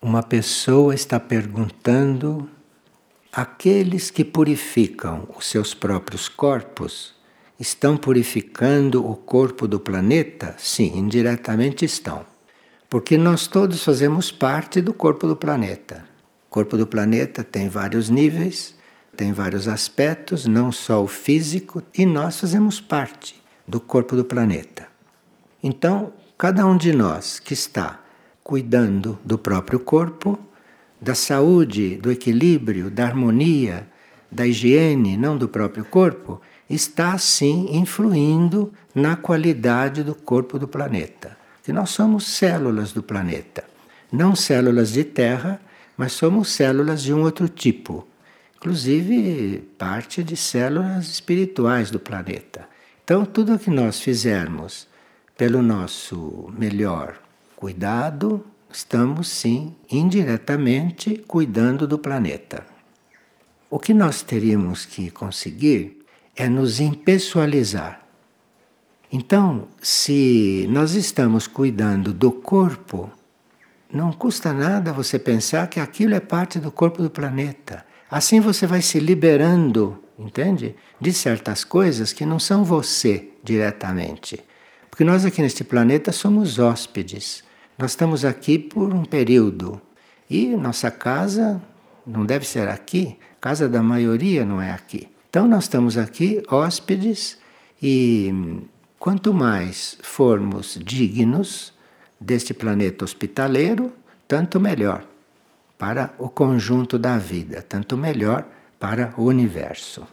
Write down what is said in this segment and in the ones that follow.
Uma pessoa está perguntando: aqueles que purificam os seus próprios corpos estão purificando o corpo do planeta? Sim, indiretamente estão. Porque nós todos fazemos parte do corpo do planeta. O corpo do planeta tem vários níveis, tem vários aspectos, não só o físico, e nós fazemos parte do corpo do planeta. Então, cada um de nós que está cuidando do próprio corpo, da saúde, do equilíbrio, da harmonia, da higiene, não do próprio corpo, está sim influindo na qualidade do corpo do planeta. Que nós somos células do planeta, não células de terra, mas somos células de um outro tipo, inclusive parte de células espirituais do planeta. Então, tudo o que nós fizermos pelo nosso melhor cuidado, estamos sim, indiretamente, cuidando do planeta. O que nós teríamos que conseguir é nos impessoalizar. Então, se nós estamos cuidando do corpo, não custa nada você pensar que aquilo é parte do corpo do planeta. Assim você vai se liberando, entende? De certas coisas que não são você diretamente. Porque nós aqui neste planeta somos hóspedes. Nós estamos aqui por um período. E nossa casa não deve ser aqui. A casa da maioria não é aqui. Então nós estamos aqui hóspedes e quanto mais formos dignos deste planeta hospitaleiro, tanto melhor para o conjunto da vida, tanto melhor para o universo.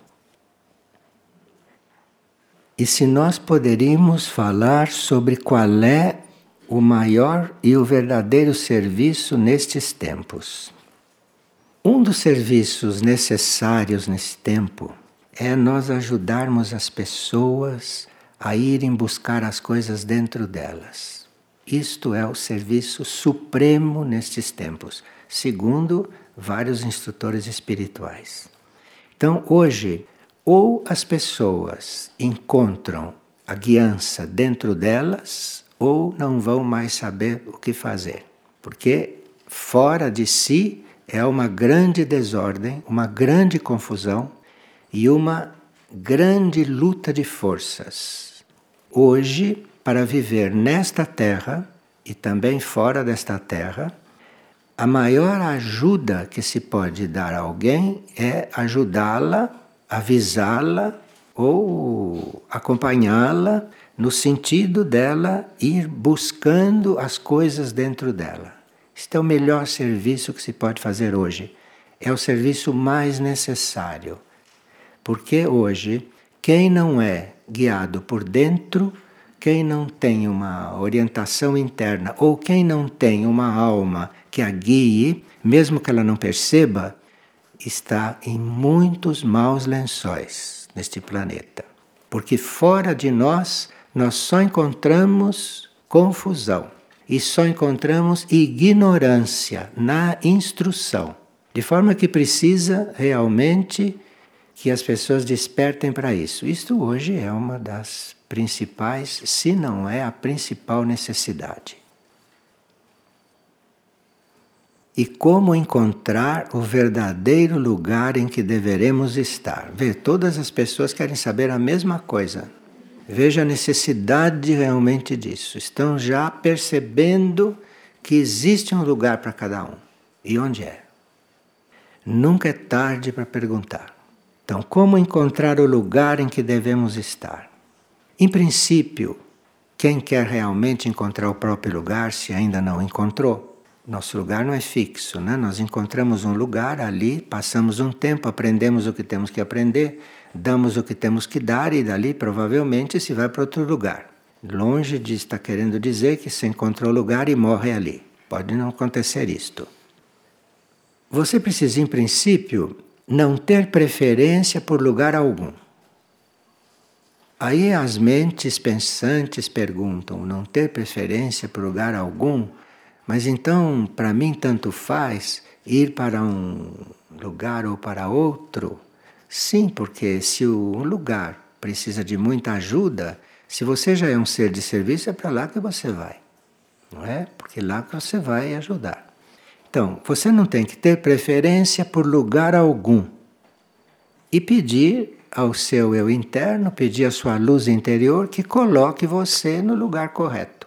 E se nós poderíamos falar sobre qual é o maior e o verdadeiro serviço nestes tempos. Um dos serviços necessários nesse tempo é nós ajudarmos as pessoas a irem buscar as coisas dentro delas. Isto é o serviço supremo nestes tempos, segundo vários instrutores espirituais. Então, hoje, ou as pessoas encontram a guiança dentro delas, ou não vão mais saber o que fazer. Porque fora de si é uma grande desordem, uma grande confusão e uma grande luta de forças. Hoje, para viver nesta terra e também fora desta terra, a maior ajuda que se pode dar a alguém é ajudá-la, avisá-la ou acompanhá-la no sentido dela ir buscando as coisas dentro dela. Este é o melhor serviço que se pode fazer hoje. É o serviço mais necessário. Porque hoje, quem não é guiado por dentro, quem não tem uma orientação interna ou quem não tem uma alma que a guie, mesmo que ela não perceba, está em muitos maus lençóis neste planeta. Porque fora de nós só encontramos confusão e só encontramos ignorância na instrução. De forma que precisa realmente que as pessoas despertem para isso. Isto hoje é uma das principais, se não é a principal necessidade. E como encontrar o verdadeiro lugar em que deveremos estar? Vê, todas as pessoas querem saber a mesma coisa. Veja a necessidade realmente disso. Estão já percebendo que existe um lugar para cada um. E onde é? Nunca é tarde para perguntar. Então, como encontrar o lugar em que devemos estar? Em princípio, quem quer realmente encontrar o próprio lugar, se ainda não encontrou, nosso lugar não é fixo, né? Nós encontramos um lugar ali, passamos um tempo, aprendemos o que temos que aprender, damos o que temos que dar e dali provavelmente se vai para outro lugar. Longe de estar querendo dizer que se encontrou o lugar e morre ali. Pode não acontecer isto. Você precisa, em princípio, não ter preferência por lugar algum. Aí as mentes pensantes perguntam, não ter preferência por lugar algum? Mas então, para mim, tanto faz ir para um lugar ou para outro? Sim, porque se o lugar precisa de muita ajuda, se você já é um ser de serviço, é para lá que você vai. Não é? Porque lá que você vai ajudar. Então, você não tem que ter preferência por lugar algum. E pedir ao seu eu interno, pedir à sua luz interior que coloque você no lugar correto.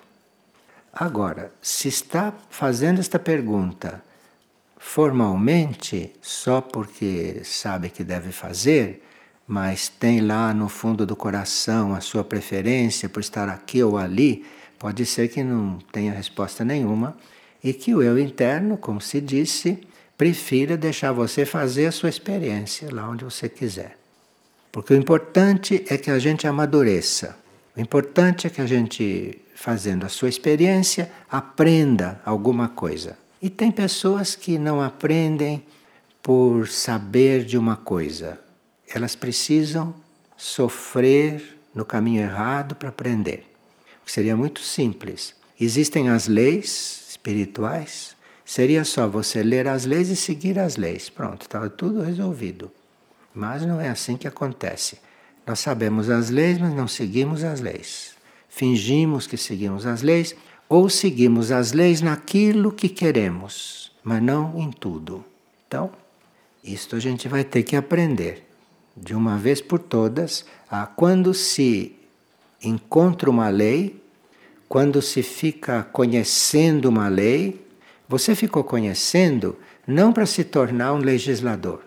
Agora, se está fazendo esta pergunta formalmente, só porque sabe que deve fazer, mas tem lá no fundo do coração a sua preferência por estar aqui ou ali, pode ser que não tenha resposta nenhuma e que o eu interno, como se disse, prefira deixar você fazer a sua experiência lá onde você quiser. Porque o importante é que a gente amadureça. O importante é que a gente, fazendo a sua experiência, aprenda alguma coisa. E tem pessoas que não aprendem por saber de uma coisa. Elas precisam sofrer no caminho errado para aprender. O que seria muito simples. Existem as leis espirituais. Seria só você ler as leis e seguir as leis. Pronto, estava tudo resolvido. Mas não é assim que acontece. Nós sabemos as leis, mas não seguimos as leis. Fingimos que seguimos as leis ou seguimos as leis naquilo que queremos, mas não em tudo. Então, isto a gente vai ter que aprender de uma vez por todas a quando se encontra uma lei, quando se fica conhecendo uma lei, você ficou conhecendo não para se tornar um legislador,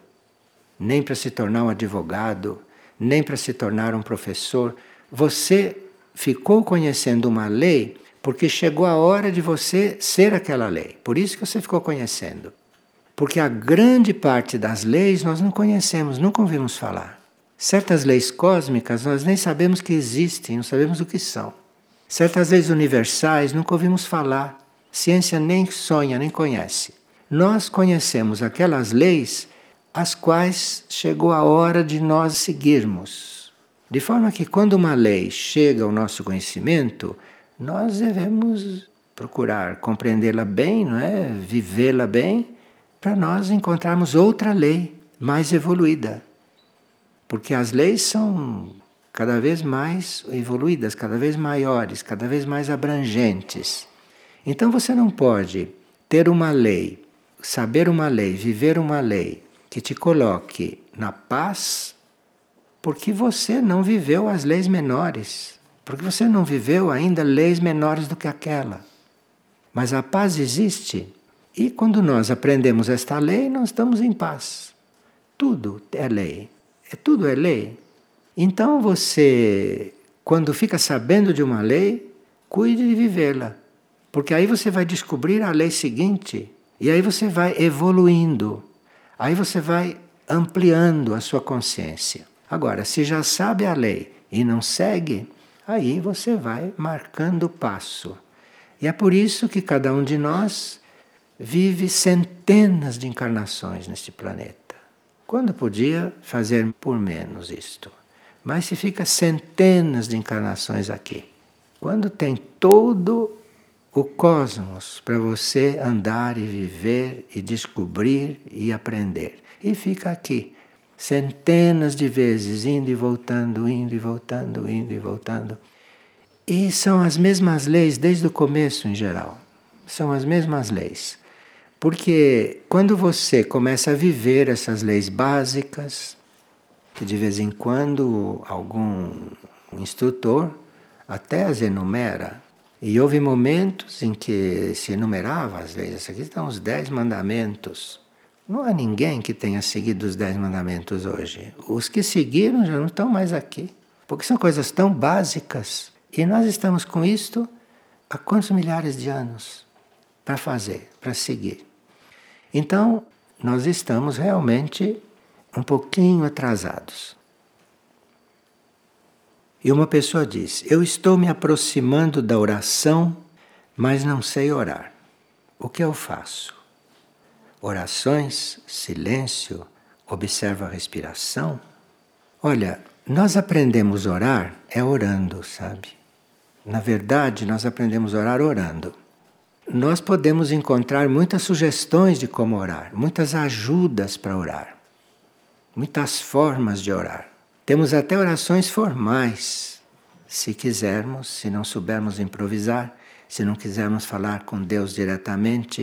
nem para se tornar um advogado, nem para se tornar um professor. Você ficou conhecendo uma lei porque chegou a hora de você ser aquela lei. Por isso que você ficou conhecendo. Porque a grande parte das leis nós não conhecemos, nunca ouvimos falar. Certas leis cósmicas nós nem sabemos que existem, não sabemos o que são. Certas leis universais nunca ouvimos falar. Ciência nem sonha, nem conhece. Nós conhecemos aquelas leis as quais chegou a hora de nós seguirmos. De forma que quando uma lei chega ao nosso conhecimento, nós devemos procurar compreendê-la bem, não é? Vivê-la bem, para nós encontrarmos outra lei mais evoluída. Porque as leis são cada vez mais evoluídas, cada vez maiores, cada vez mais abrangentes. Então você não pode ter uma lei, saber uma lei, viver uma lei que te coloque na paz, porque você não viveu as leis menores, porque você não viveu ainda leis menores do que aquela. Mas a paz existe, e quando nós aprendemos esta lei, nós estamos em paz. Tudo é lei. Tudo é lei. Então você, quando fica sabendo de uma lei, cuide de vivê-la. Porque aí você vai descobrir a lei seguinte, e aí você vai evoluindo. Aí você vai ampliando a sua consciência. Agora, se já sabe a lei e não segue, aí você vai marcando o passo. E é por isso que cada um de nós vive centenas de encarnações neste planeta. Quando podia fazer por menos isto. Mas se fica centenas de encarnações aqui. Quando tem todo o cosmos para você andar e viver e descobrir e aprender. E fica aqui, centenas de vezes, indo e voltando, indo e voltando, indo e voltando. E são as mesmas leis desde o começo, em geral. São as mesmas leis. Porque quando você começa a viver essas leis básicas, que de vez em quando algum instrutor até as enumera. E houve momentos em que se enumerava, às vezes, aqui estão os 10 mandamentos. Não há ninguém que tenha seguido os 10 mandamentos hoje. Os que seguiram já não estão mais aqui. Porque são coisas tão básicas. E nós estamos com isto há quantos milhares de anos para fazer, para seguir. Então, nós estamos realmente um pouquinho atrasados. E uma pessoa diz: eu estou me aproximando da oração, mas não sei orar. O que eu faço? Orações, silêncio, observo a respiração? Olha, nós aprendemos a orar orando, sabe? Na verdade, nós aprendemos a orar orando. Nós podemos encontrar muitas sugestões de como orar, muitas ajudas para orar, muitas formas de orar. Temos até orações formais, se quisermos, se não soubermos improvisar, se não quisermos falar com Deus diretamente,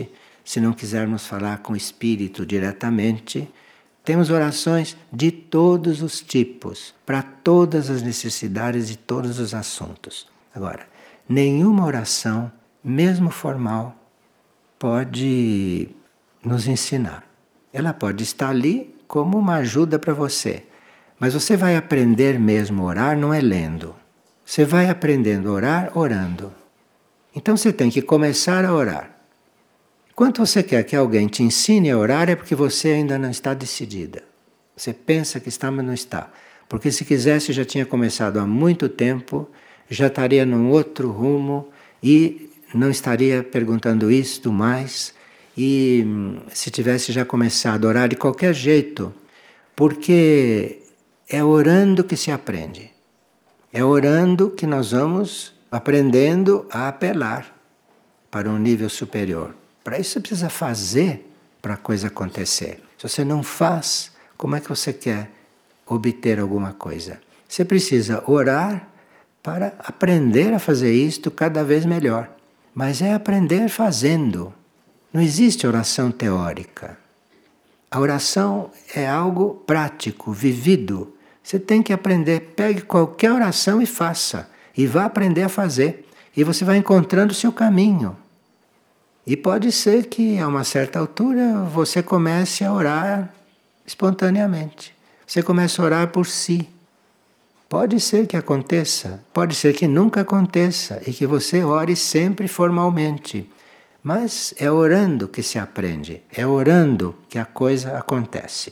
se não quisermos falar com o espírito diretamente, temos orações de todos os tipos, para todas as necessidades de todos os assuntos. Agora, nenhuma oração, mesmo formal, pode nos ensinar. Ela pode estar ali como uma ajuda para você. Mas você vai aprender mesmo a orar não é lendo. Você vai aprendendo a orar orando. Então você tem que começar a orar. Quanto você quer que alguém te ensine a orar é porque você ainda não está decidida. Você pensa que está, mas não está. Porque se quisesse já tinha começado há muito tempo, já estaria num outro rumo e não estaria perguntando isto mais. E se tivesse já começado a orar de qualquer jeito, porque é orando que se aprende. É orando que nós vamos aprendendo a apelar para um nível superior. Para isso você precisa fazer para a coisa acontecer. Se você não faz, como é que você quer obter alguma coisa? Você precisa orar para aprender a fazer isto cada vez melhor. Mas é aprender fazendo. Não existe oração teórica. A oração é algo prático, vivido. Você tem que aprender. Pegue qualquer oração e faça. E vá aprender a fazer. E você vai encontrando o seu caminho. E pode ser que a uma certa altura você comece a orar espontaneamente. Você comece a orar por si. Pode ser que aconteça, pode ser que nunca aconteça e que você ore sempre formalmente. Mas é orando que se aprende, é orando que a coisa acontece.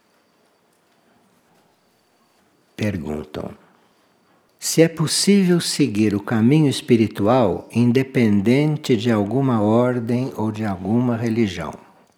Perguntam: se é possível seguir o caminho espiritual independente de alguma ordem ou de alguma religião?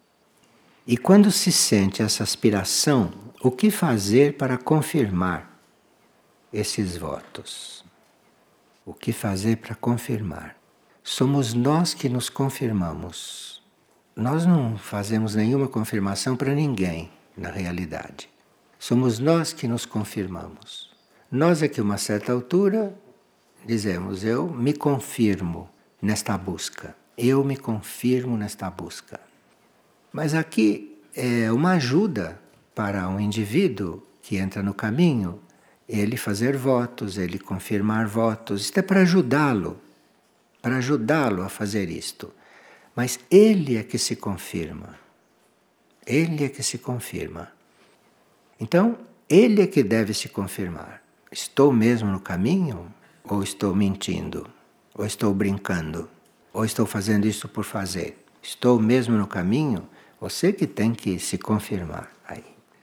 E quando se sente essa aspiração, o que fazer para confirmar esses votos? O que fazer para confirmar? Somos nós que nos confirmamos. Nós não fazemos nenhuma confirmação para ninguém, na realidade. Somos nós que nos confirmamos. Nós é que, a uma certa altura, dizemos: eu me confirmo nesta busca. Eu me confirmo nesta busca. Mas aqui é uma ajuda para um indivíduo que entra no caminho, ele fazer votos, ele confirmar votos. Isto é para ajudá-lo a fazer isto. Mas ele é que se confirma. Ele é que se confirma. Então, ele é que deve se confirmar. Estou mesmo no caminho? Ou estou mentindo? Ou estou brincando? Ou estou fazendo isso por fazer? Estou mesmo no caminho? Você que tem que se confirmar aí.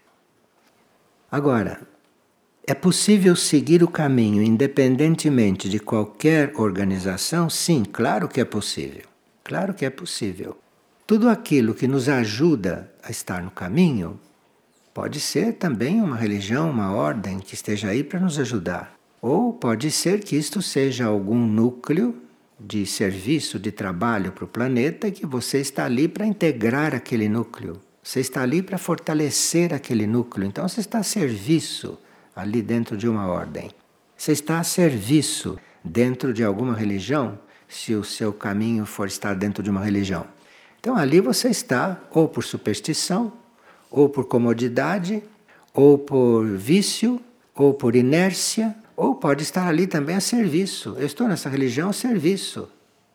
Agora, é possível seguir o caminho independentemente de qualquer organização? Sim, claro que é possível. Claro que é possível. Tudo aquilo que nos ajuda a estar no caminho pode ser também uma religião, uma ordem que esteja aí para nos ajudar. Ou pode ser que isto seja algum núcleo de serviço, de trabalho para o planeta, e que você está ali para integrar aquele núcleo. Você está ali para fortalecer aquele núcleo. Então você está a serviço ali dentro de uma ordem. Você está a serviço dentro de alguma religião, se o seu caminho for estar dentro de uma religião. Então ali você está ou por superstição, ou por comodidade, ou por vício, ou por inércia, ou pode estar ali também a serviço. Eu estou nessa religião a serviço.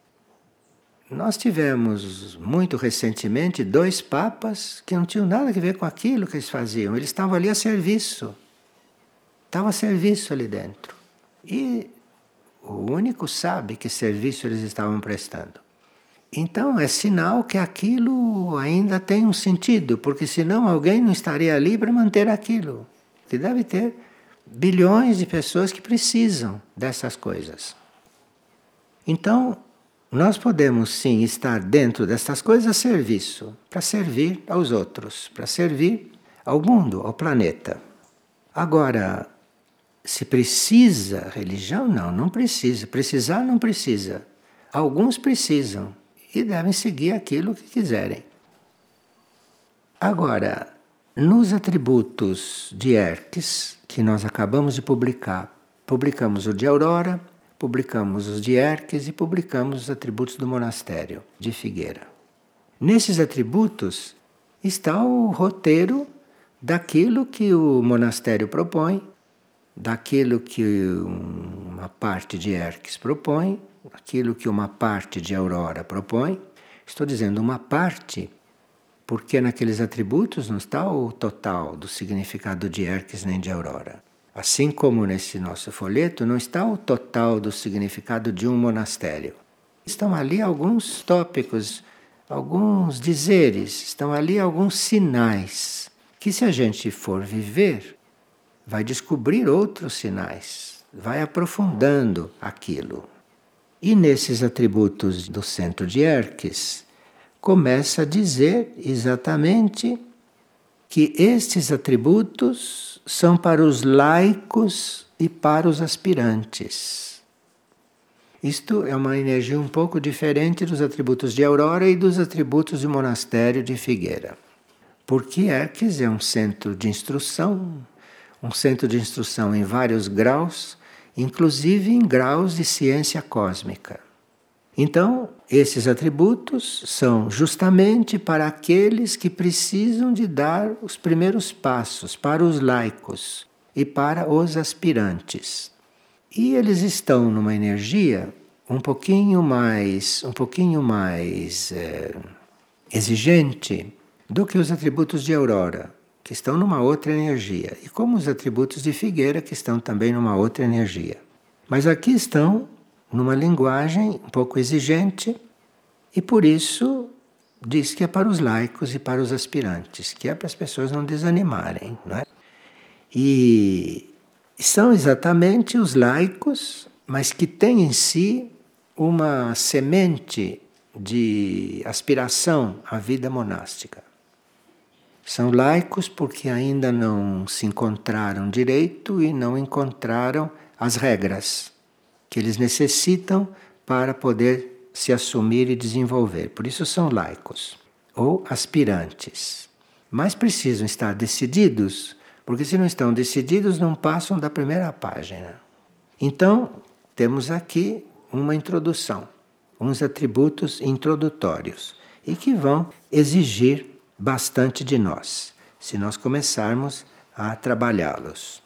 Nós tivemos muito recentemente 2 papas que não tinham nada a ver com aquilo que eles faziam. Eles estavam ali a serviço. Estavam a serviço ali dentro. E o único sabe que serviço eles estavam prestando. Então é sinal que aquilo ainda tem um sentido, porque senão alguém não estaria ali para manter aquilo. Que deve ter bilhões de pessoas que precisam dessas coisas. Então, nós podemos sim estar dentro dessas coisas a serviço, para servir aos outros, para servir ao mundo, ao planeta. Agora, se precisa religião? Não, não precisa. Precisar não precisa. Alguns precisam e devem seguir aquilo que quiserem. Agora, nos atributos de Hermes, que nós acabamos de publicar, publicamos o de Aurora, publicamos os de Hermes e publicamos os atributos do monastério de Figueira. Nesses atributos está o roteiro daquilo que o monastério propõe, daquilo que uma parte de Erques propõe, daquilo que uma parte de Aurora propõe. Estou dizendo uma parte, porque naqueles atributos não está o total do significado de Erques nem de Aurora. Assim como nesse nosso folheto não está o total do significado de um monastério. Estão ali alguns tópicos, alguns dizeres, estão ali alguns sinais, que se a gente for viver, vai descobrir outros sinais, vai aprofundando aquilo. E nesses atributos do centro de Erques, começa a dizer exatamente que estes atributos são para os laicos e para os aspirantes. Isto é uma energia um pouco diferente dos atributos de Aurora e dos atributos do monastério de Figueira. Porque Erques é um centro de instrução em vários graus, inclusive em graus de ciência cósmica. Então, esses atributos são justamente para aqueles que precisam de dar os primeiros passos, para os laicos e para os aspirantes. E eles estão numa energia um pouquinho mais exigente do que os atributos de Aurora, que estão numa outra energia, e como os atributos de Figueira, que estão também numa outra energia. Mas aqui estão numa linguagem um pouco exigente, e por isso diz que é para os laicos e para os aspirantes, que é para as pessoas não desanimarem, não é? E são exatamente os laicos, mas que têm em si uma semente de aspiração à vida monástica. São laicos porque ainda não se encontraram direito e não encontraram as regras que eles necessitam para poder se assumir e desenvolver. Por isso são laicos ou aspirantes. Mas precisam estar decididos, porque se não estão decididos não passam da primeira página. Então, temos aqui uma introdução, uns atributos introdutórios e que vão exigir bastante de nós, se nós começarmos a trabalhá-los.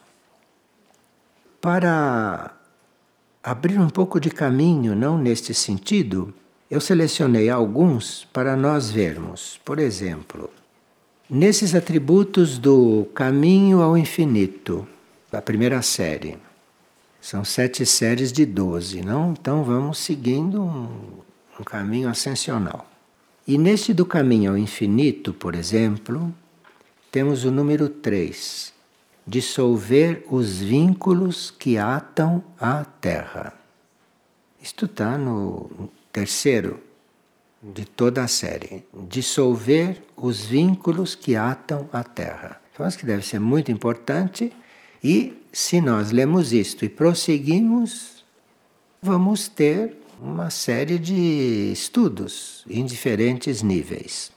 Para abrir um pouco de caminho, não neste sentido, eu selecionei alguns para nós vermos. Por exemplo, nesses atributos do caminho ao infinito, da primeira série. São 7 séries de 12, não? Então vamos seguindo um caminho ascensional. E neste do caminho ao infinito, por exemplo, temos o número 3. Dissolver os vínculos que atam à Terra. Isto está no terceiro de toda a série. Dissolver os vínculos que atam à Terra. Eu acho que deve ser muito importante e se nós lemos isto e prosseguimos, vamos ter uma série de estudos em diferentes níveis.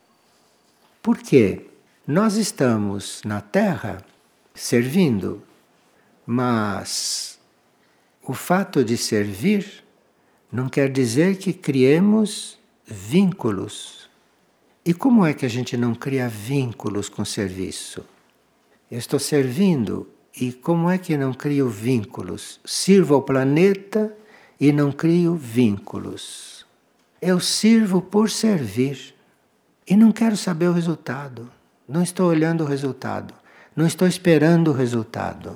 Por quê? Nós estamos na Terra servindo, mas o fato de servir não quer dizer que criemos vínculos. E como é que a gente não cria vínculos com o serviço? Eu estou servindo e como é que não crio vínculos? Sirvo ao planeta e não crio vínculos. Eu sirvo por servir e não quero saber o resultado. Não estou olhando o resultado. Não estou esperando o resultado.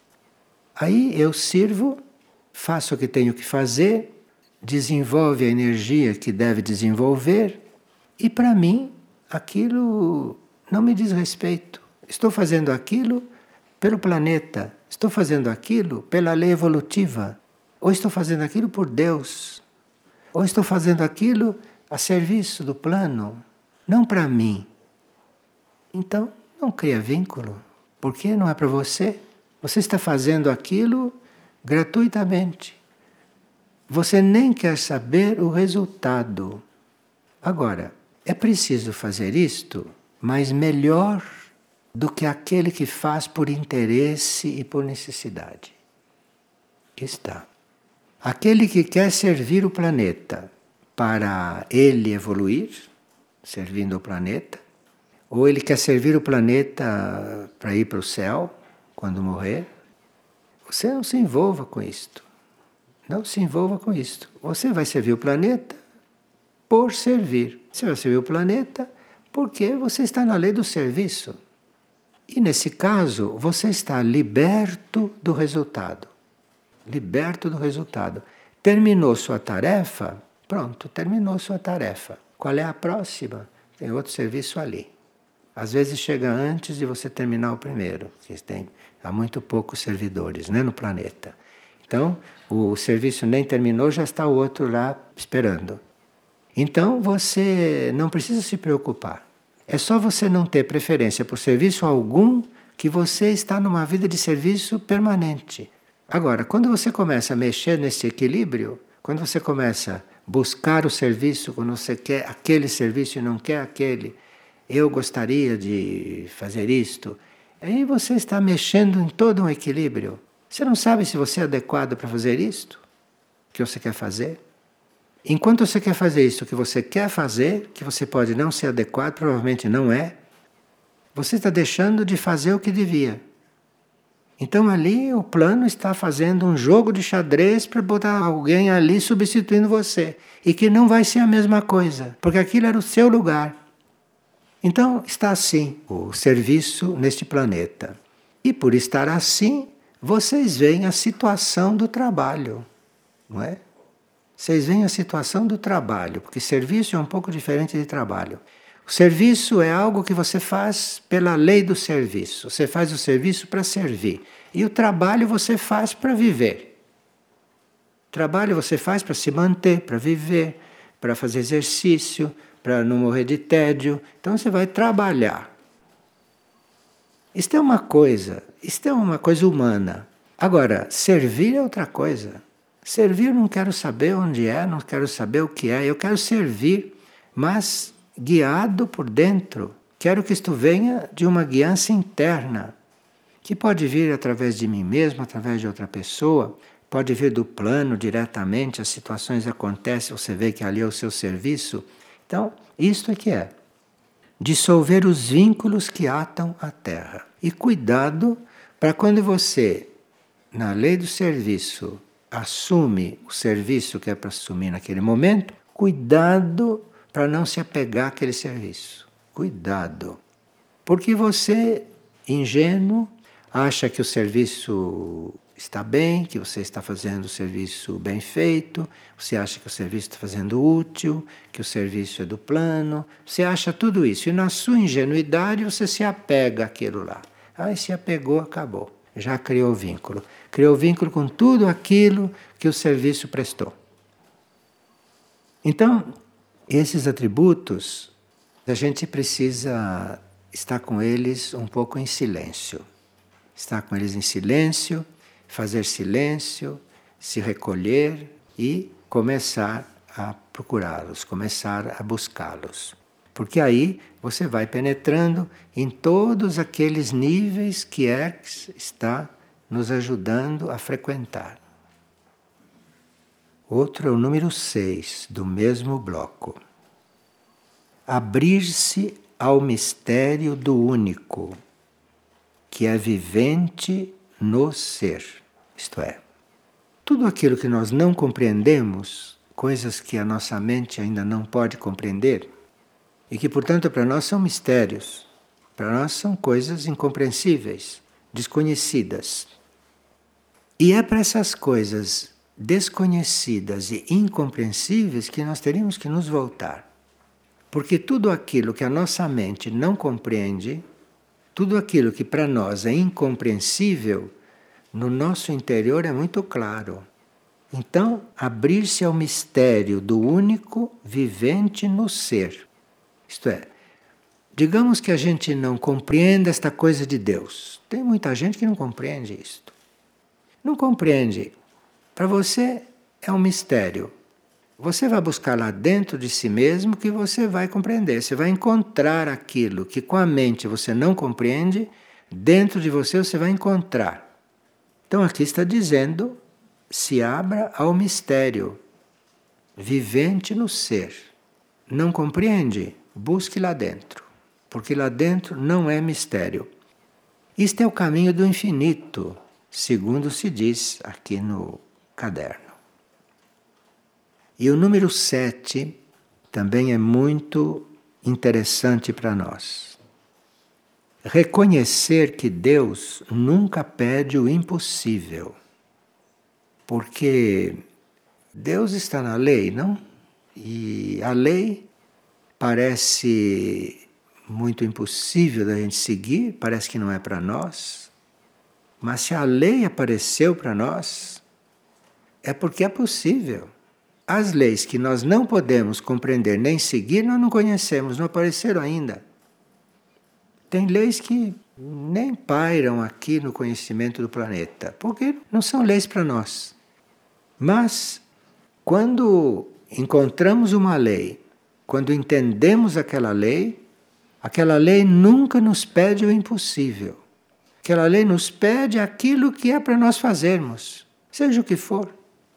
Aí eu sirvo, faço o que tenho que fazer, desenvolve a energia que deve desenvolver e para mim aquilo não me diz respeito. Estou fazendo aquilo pelo planeta, estou fazendo aquilo pela lei evolutiva, ou estou fazendo aquilo por Deus, ou estou fazendo aquilo a serviço do plano, não para mim. Então, não cria vínculo, porque não é para você. Você está fazendo aquilo gratuitamente. Você nem quer saber o resultado. Agora, é preciso fazer isto, mas melhor do que aquele que faz por interesse e por necessidade. Aqui está. Aquele que quer servir o planeta para ele evoluir, servindo o planeta, ou ele quer servir o planeta para ir para o céu quando morrer. Você não se envolva com isto. Não se envolva com isto. Você vai servir o planeta por servir. Você vai servir o planeta porque você está na lei do serviço. E nesse caso, você está liberto do resultado. Liberto do resultado. Terminou sua tarefa? Pronto, terminou sua tarefa. Qual é a próxima? Tem outro serviço ali. Às vezes chega antes de você terminar o primeiro. Há muito poucos servidores, né, no planeta. Então, o serviço nem terminou, já está o outro lá esperando. Então, você não precisa se preocupar. É só você não ter preferência por serviço algum que você está numa vida de serviço permanente. Agora, quando você começa a mexer nesse equilíbrio, quando você começa a buscar o serviço, quando você quer aquele serviço e não quer aquele, eu gostaria de fazer isto, aí você está mexendo em todo um equilíbrio. Você não sabe se você é adequado para fazer isto que você quer fazer. Enquanto você quer fazer isso que você quer fazer, que você pode não ser adequado, provavelmente não é, você está deixando de fazer o que devia. Então ali o plano está fazendo um jogo de xadrez para botar alguém ali substituindo você. E que não vai ser a mesma coisa, porque aquilo era o seu lugar. Então está assim o serviço neste planeta. E por estar assim, vocês veem a situação do trabalho, não é? Vocês veem a situação do trabalho, porque serviço é um pouco diferente de trabalho. O serviço é algo que você faz pela lei do serviço. Você faz o serviço para servir. E o trabalho você faz para viver. O trabalho você faz para se manter, para viver, para fazer exercício, para não morrer de tédio. Então você vai trabalhar. Isto é uma coisa humana. Agora, servir é outra coisa. Servir não quero saber onde é, não quero saber o que é. Eu quero servir, mas guiado por dentro. Quero que isto venha de uma guiança interna, que pode vir através de mim mesmo, através de outra pessoa, pode vir do plano diretamente, as situações acontecem, você vê que ali é o seu serviço. Então, isto é que é. Dissolver os vínculos que atam a Terra. E cuidado para quando você, na lei do serviço, assume o serviço que é para assumir naquele momento, cuidado para não se apegar àquele serviço. Cuidado. Porque você, ingênuo, acha que o serviço está bem, que você está fazendo o serviço bem feito, você acha que o serviço está fazendo útil, que o serviço é do plano, você acha tudo isso. E na sua ingenuidade você se apega àquilo lá. Aí se apegou, acabou. Já criou vínculo. Criou vínculo com tudo aquilo que o serviço prestou. Então, esses atributos, a gente precisa estar com eles um pouco em silêncio. Estar com eles em silêncio, fazer silêncio, se recolher e começar a procurá-los, começar a buscá-los. Porque aí você vai penetrando em todos aqueles níveis que X está nos ajudando a frequentar. Outro é o número 6 do mesmo bloco. Abrir-se ao mistério do único, que é vivente no ser. Isto é, tudo aquilo que nós não compreendemos, coisas que a nossa mente ainda não pode compreender, e que, portanto, para nós são mistérios, para nós são coisas incompreensíveis, desconhecidas. E é para essas coisas desconhecidas e incompreensíveis que nós teríamos que nos voltar. Porque tudo aquilo que a nossa mente não compreende, tudo aquilo que para nós é incompreensível, no nosso interior é muito claro. Então, abrir-se ao mistério do único vivente no ser. Isto é, digamos que a gente não compreenda esta coisa de Deus. Tem muita gente que não compreende isto. Não compreende. Para você é um mistério. Você vai buscar lá dentro de si mesmo que você vai compreender. Você vai encontrar aquilo que com a mente você não compreende, dentro de você vai encontrar. Então aqui está dizendo, se abra ao mistério, vivente no ser. Não compreende? busque lá dentro, porque lá dentro não é mistério. Isto é o caminho do infinito, segundo se diz aqui no caderno. E o número 7 também é muito interessante para nós. Reconhecer que Deus nunca pede o impossível, porque Deus está na lei, não? E a lei parece muito impossível da gente seguir, parece que não é para nós. Mas se a lei apareceu para nós, é porque é possível. As leis que nós não podemos compreender nem seguir, nós não conhecemos, não apareceram ainda. Tem leis que nem pairam aqui no conhecimento do planeta, porque não são leis para nós. Mas, quando encontramos uma lei, quando entendemos aquela lei nunca nos pede o impossível. Aquela lei nos pede aquilo que é para nós fazermos, seja o que for.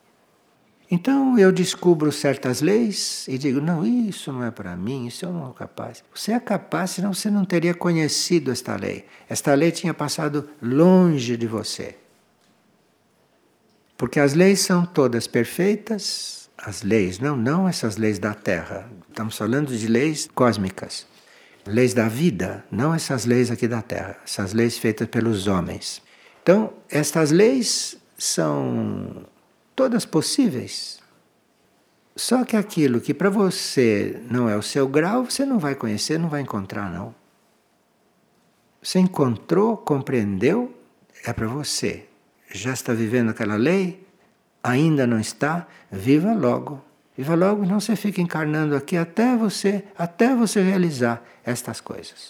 Então eu descubro certas leis e digo, não, isso não é para mim, isso eu não sou capaz. Você é capaz, senão você não teria conhecido esta lei. Esta lei tinha passado longe de você. Porque as leis são todas perfeitas, as leis, não essas leis da Terra. Estamos falando de leis cósmicas. Leis da vida, não essas leis aqui da Terra, essas leis feitas pelos homens. Então, estas leis são todas possíveis. Só que aquilo que para você não é o seu grau, você não vai conhecer, não vai encontrar, não. Você encontrou, compreendeu, é para você. Já está vivendo aquela lei? Ainda não está? Viva logo. Viva logo, não você fica encarnando aqui até você realizar estas coisas.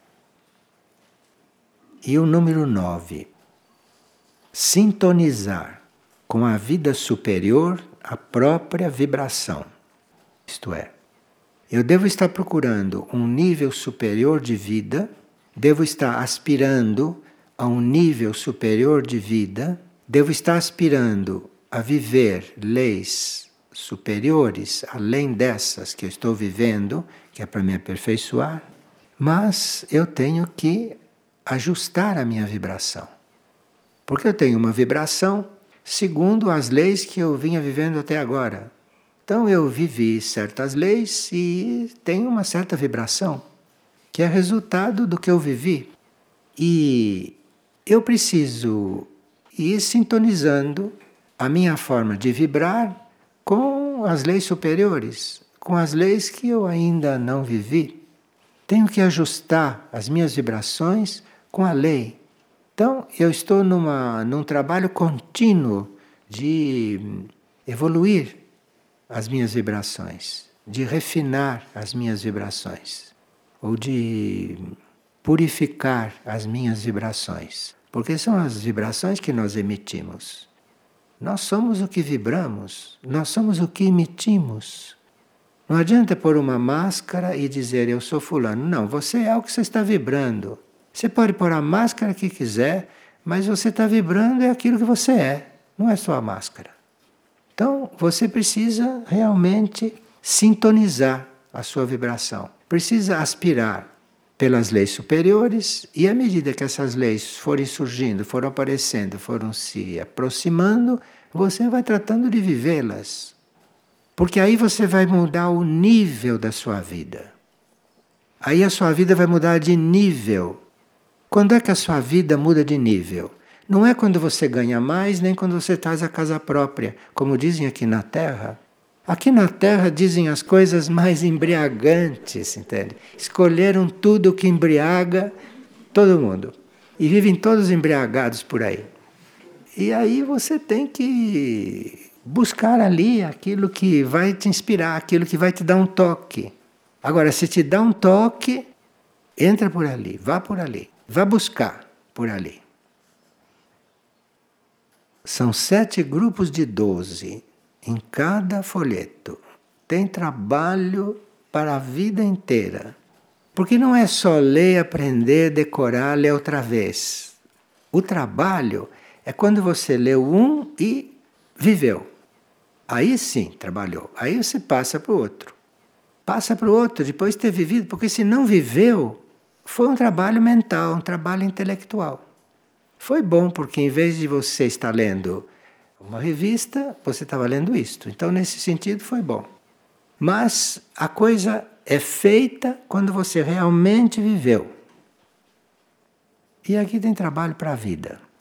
E o número 9. Sintonizar com a vida superior a própria vibração. Isto é, eu devo estar procurando um nível superior de vida, devo estar aspirando a um nível superior de vida, devo estar aspirando a viver leis superiores, além dessas que eu estou vivendo, que é para me aperfeiçoar, mas eu tenho que ajustar a minha vibração. Porque eu tenho uma vibração segundo as leis que eu vinha vivendo até agora. Então eu vivi certas leis e tenho uma certa vibração, que é resultado do que eu vivi. E eu preciso ir sintonizando a minha forma de vibrar com as leis superiores, com as leis que eu ainda não vivi. Tenho que ajustar as minhas vibrações com a lei. Então, eu estou num trabalho contínuo de evoluir as minhas vibrações, de refinar as minhas vibrações, ou de purificar as minhas vibrações, porque são as vibrações que nós emitimos. Nós somos o que vibramos, nós somos o que emitimos. Não adianta pôr uma máscara e dizer eu sou fulano. Não, você é o que você está vibrando. Você pode pôr a máscara que quiser, mas você está vibrando é aquilo que você é, não é só a máscara. Então você precisa realmente sintonizar a sua vibração. Precisa aspirar pelas leis superiores e à medida que essas leis forem surgindo, foram aparecendo, foram se aproximando, você vai tratando de vivê-las. Porque aí você vai mudar o nível da sua vida. Aí a sua vida vai mudar de nível. Quando é que a sua vida muda de nível? Não é quando você ganha mais, nem quando você traz a casa própria, como dizem aqui na Terra. Aqui na Terra dizem as coisas mais embriagantes, entende? Escolheram tudo que embriaga todo mundo. E vivem todos embriagados por aí. E aí você tem que buscar ali aquilo que vai te inspirar, aquilo que vai te dar um toque. Agora, se te dá um toque, entra por ali, vá buscar por ali. São 7 grupos de 12 em cada folheto. Tem trabalho para a vida inteira. Porque não é só ler, aprender, decorar, ler outra vez. O trabalho é quando você leu um e viveu. Aí sim, trabalhou. Aí você passa para o outro. Passa para o outro, depois de ter vivido, porque se não viveu, foi um trabalho mental, um trabalho intelectual. Foi bom, porque em vez de você estar lendo uma revista, você estava lendo isto. Então, nesse sentido, foi bom. Mas a coisa é feita quando você realmente viveu. E aqui tem trabalho para a vida.